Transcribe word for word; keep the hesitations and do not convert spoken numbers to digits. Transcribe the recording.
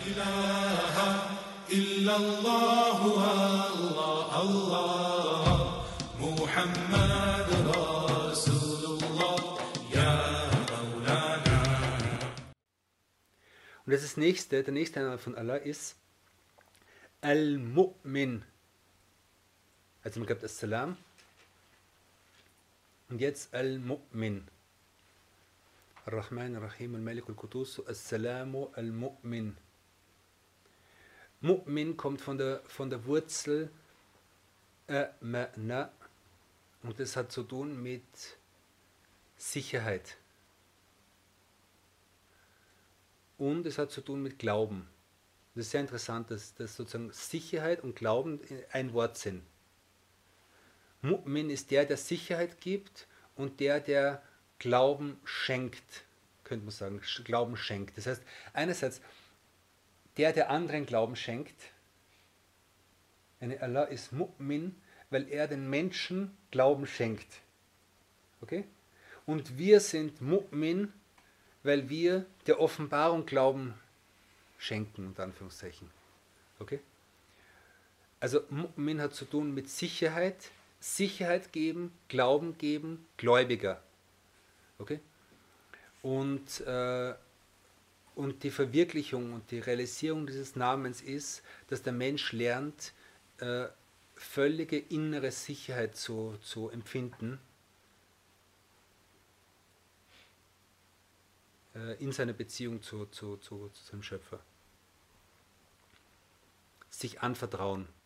ilaha illallah, Allah, Allah, Muhammad Rasulullah, ya Maulana. Und das ist das nächste, der nächste Name von Allah ist Al-Mu'min. Also man gibt As-Salam und jetzt Al-Mu'min. Ar-Rahman, Ar-Rahim, Al-Malik, Al-Qudus, As-Salamu, Al-Mu'min. Mu'min kommt von der, von der Wurzel Amana und das hat zu tun mit Sicherheit. Und es hat zu tun mit Glauben. Das ist sehr interessant, dass, dass sozusagen Sicherheit und Glauben ein Wort sind. Mu'min ist der, der Sicherheit gibt und der, der Glauben schenkt, könnte man sagen, Glauben schenkt. Das heißt, einerseits der, der anderen Glauben schenkt. Eine Allah ist Mu'min, weil er den Menschen Glauben schenkt. Okay? Und wir sind Mu'min, weil wir der Offenbarung Glauben schenken, unter Anführungszeichen. Okay? Also Mu'min hat zu tun mit Sicherheit, Sicherheit geben, Glauben geben, Gläubiger. Okay? Und, äh, und die Verwirklichung und die Realisierung dieses Namens ist, dass der Mensch lernt, äh, völlige innere Sicherheit zu, zu empfinden äh, in seiner Beziehung zu, zu, zu, zu seinem Schöpfer. Sich anvertrauen.